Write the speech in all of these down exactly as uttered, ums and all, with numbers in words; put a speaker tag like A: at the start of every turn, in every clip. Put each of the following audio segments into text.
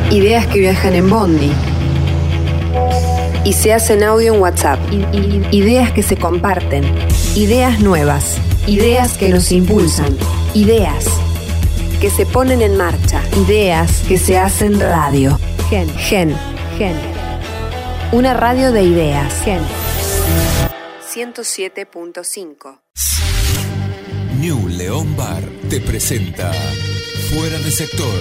A: Ideas que viajan en Bondi y se hacen audio en WhatsApp. Ideas que se comparten. Ideas nuevas. Ideas que nos impulsan. Ideas que se ponen en marcha. Ideas que se hacen radio. Gen. Gen. Gen. Una radio de ideas. Gen. ciento siete punto cinco.
B: New León Bar te presenta Fuera de Sector.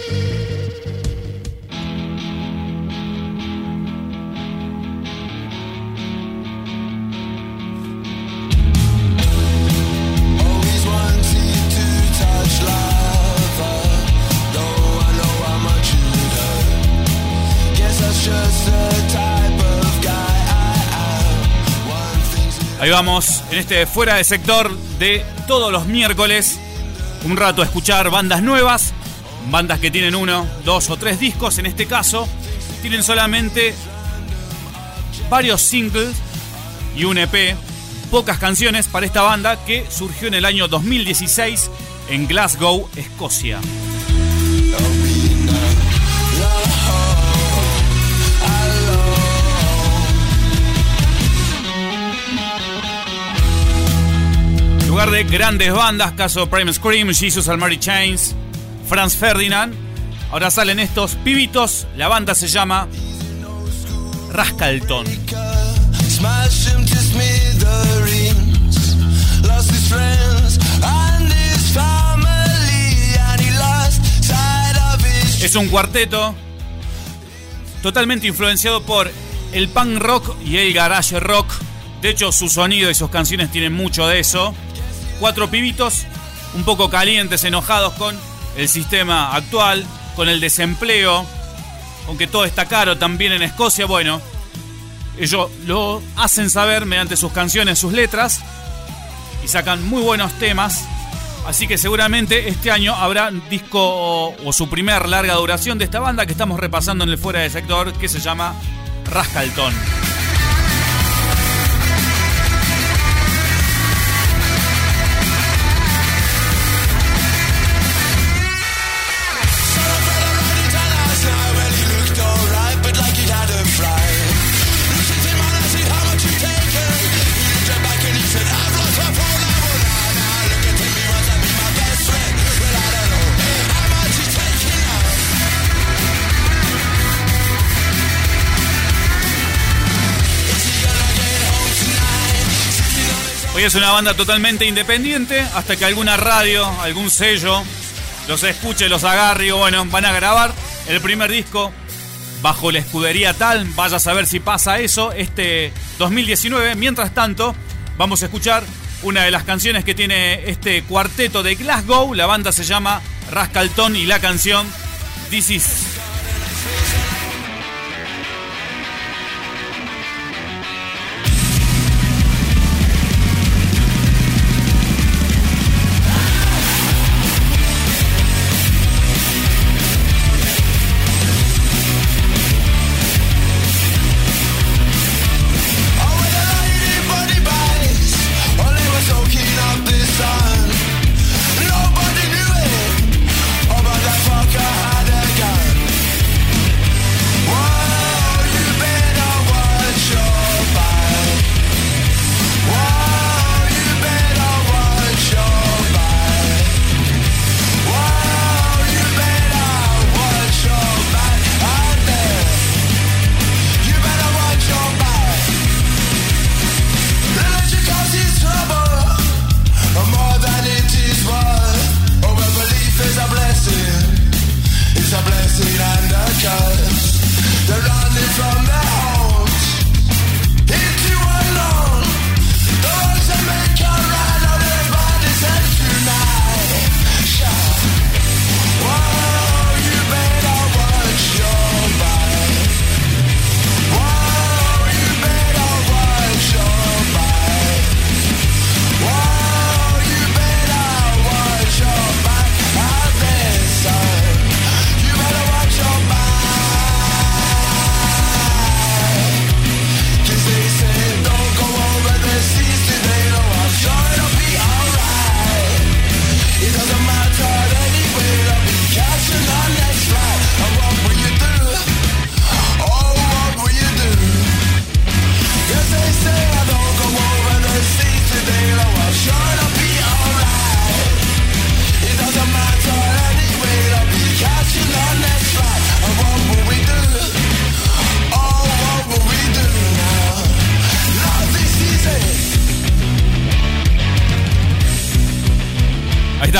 C: Ahí vamos, en este Fuera de Sector de todos los miércoles. Un rato a escuchar bandas nuevas, bandas que tienen uno, dos o tres discos. En este caso, tienen solamente varios singles y un E P. Pocas canciones para esta banda que surgió en el año dos mil dieciséis en Glasgow, Escocia. En lugar de grandes bandas, caso Primal Scream, Jesus and Mary Chains, Franz Ferdinand, ahora salen estos pibitos. La banda se llama Rascalton. Es un cuarteto totalmente influenciado por el punk rock y el garage rock. De hecho, su sonido y sus canciones tienen mucho de eso. Cuatro pibitos un poco calientes, enojados con el sistema actual, con el desempleo, con que todo está caro también en Escocia. Bueno, ellos lo hacen saber mediante sus canciones, sus letras, y sacan muy buenos temas. Así que seguramente este año habrá un disco o, o su primer larga duración de esta banda que estamos repasando en el Fuera de Sector, que se llama Rascalton. Hoy es una banda totalmente independiente hasta que alguna radio, algún sello los escuche, los agarre y bueno, van a grabar el primer disco bajo la escudería tal. Vaya a saber si pasa eso este dos mil diecinueve. Mientras tanto, vamos a escuchar una de las canciones que tiene este cuarteto de Glasgow. La banda se llama Rascalton y la canción This Is.
D: Nobody knew it. Oh, motherfucker had a gun.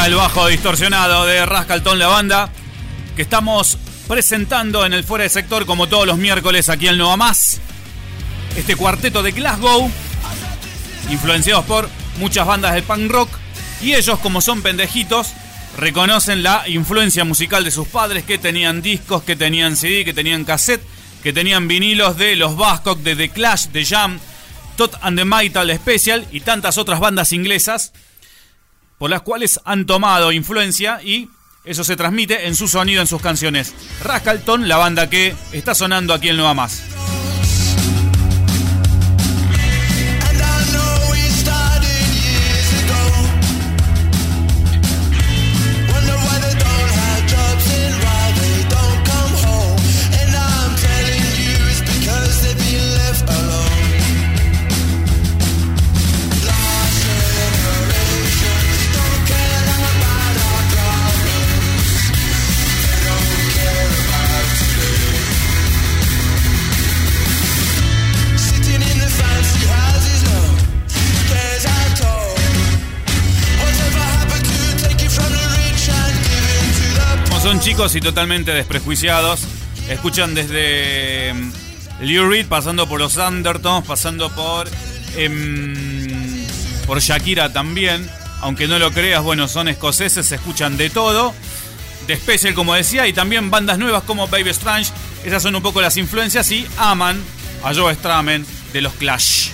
C: el bajo distorsionado de Rascalton, la banda que estamos presentando en el Fuera de Sector como todos los miércoles aquí en Nova Más. Este cuarteto de Glasgow, influenciados por muchas bandas del punk rock, y ellos, como son pendejitos, reconocen la influencia musical de sus padres, que tenían discos, que tenían C D, que tenían cassette, que tenían vinilos de los Buzzcocks, de The Clash, de Jam, Todd and the Metal Special y tantas otras bandas inglesas por las cuales han tomado influencia, y eso se transmite en su sonido, en sus canciones. Rascalton, la banda que está sonando aquí en Nova Más. Son chicos y totalmente desprejuiciados. Escuchan desde Lou Reed, pasando por los Undertones, pasando por eh, por Shakira también. Aunque no lo creas, bueno, son escoceses, se escuchan de todo. De Special, como decía, y también bandas nuevas como Baby Strange. Esas son un poco las influencias, y aman a Joe Strummer de los Clash.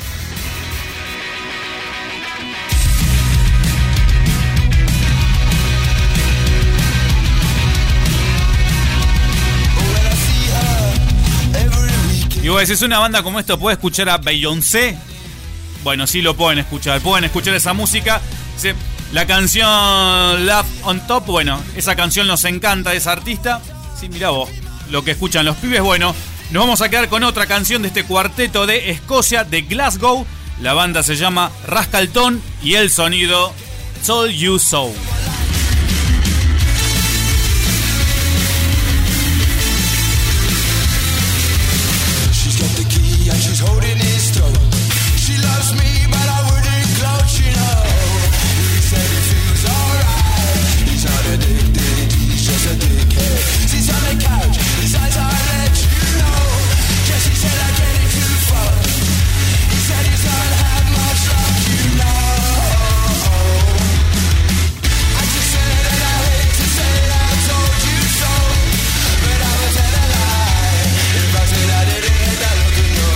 C: Y vos decís, una banda como esto puede escuchar a Beyoncé. Bueno, sí lo pueden escuchar. Pueden escuchar esa música. La canción Love on Top, bueno, esa canción nos encanta de esa artista. Sí, mirá vos, lo que escuchan los pibes. Bueno, nos vamos a quedar con otra canción de este cuarteto de Escocia, de Glasgow. La banda se llama Rascalton y el sonido Told You So.
D: Holding his throat. She loves me, but I wouldn't gloat, you know. He said it feels alright. He's not addicted, he's just a dickhead. Sits on the couch, his eyes are let you know. Jesse said I get it too far. He said he's not had much luck, you know. I just said that I hate to say I told you so, but I would tell a lie if I said I didn't. That look in your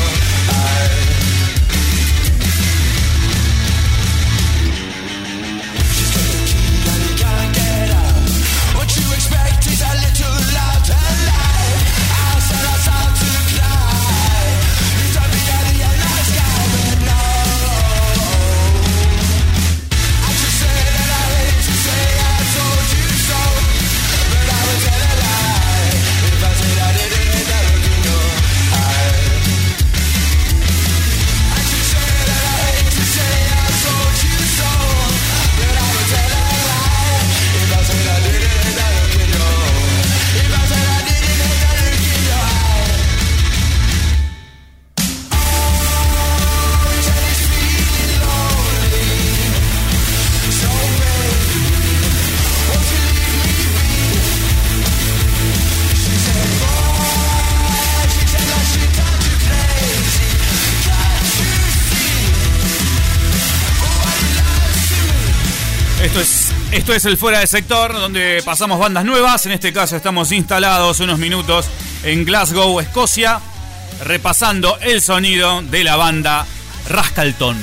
C: Esto es, esto es el Fuera de Sector, donde pasamos bandas nuevas. En este caso estamos instalados unos minutos en Glasgow, Escocia, repasando el sonido de la banda Rascalton.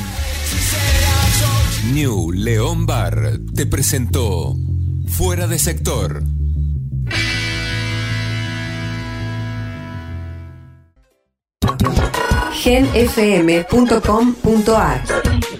B: New León Bar te presentó Fuera de Sector.
A: gen f m punto com punto a r